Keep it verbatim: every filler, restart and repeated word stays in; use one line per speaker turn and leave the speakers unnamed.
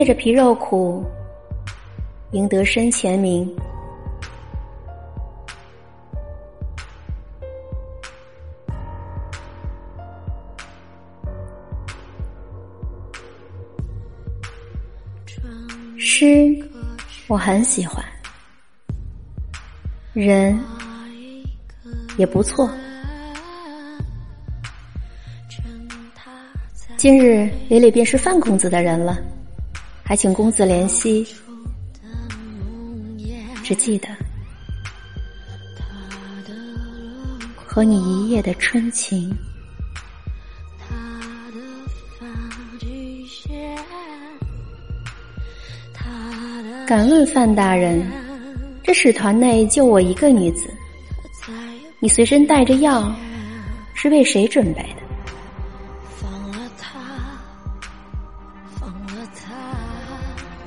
借着皮肉苦，赢得身前名。诗我很喜欢，人也不错。今日李李便是范公子的人了，还请公子怜惜。只记得和你一夜的春情。敢问范大人，这使团内就我一个女子，你随身带着药是为谁准备的？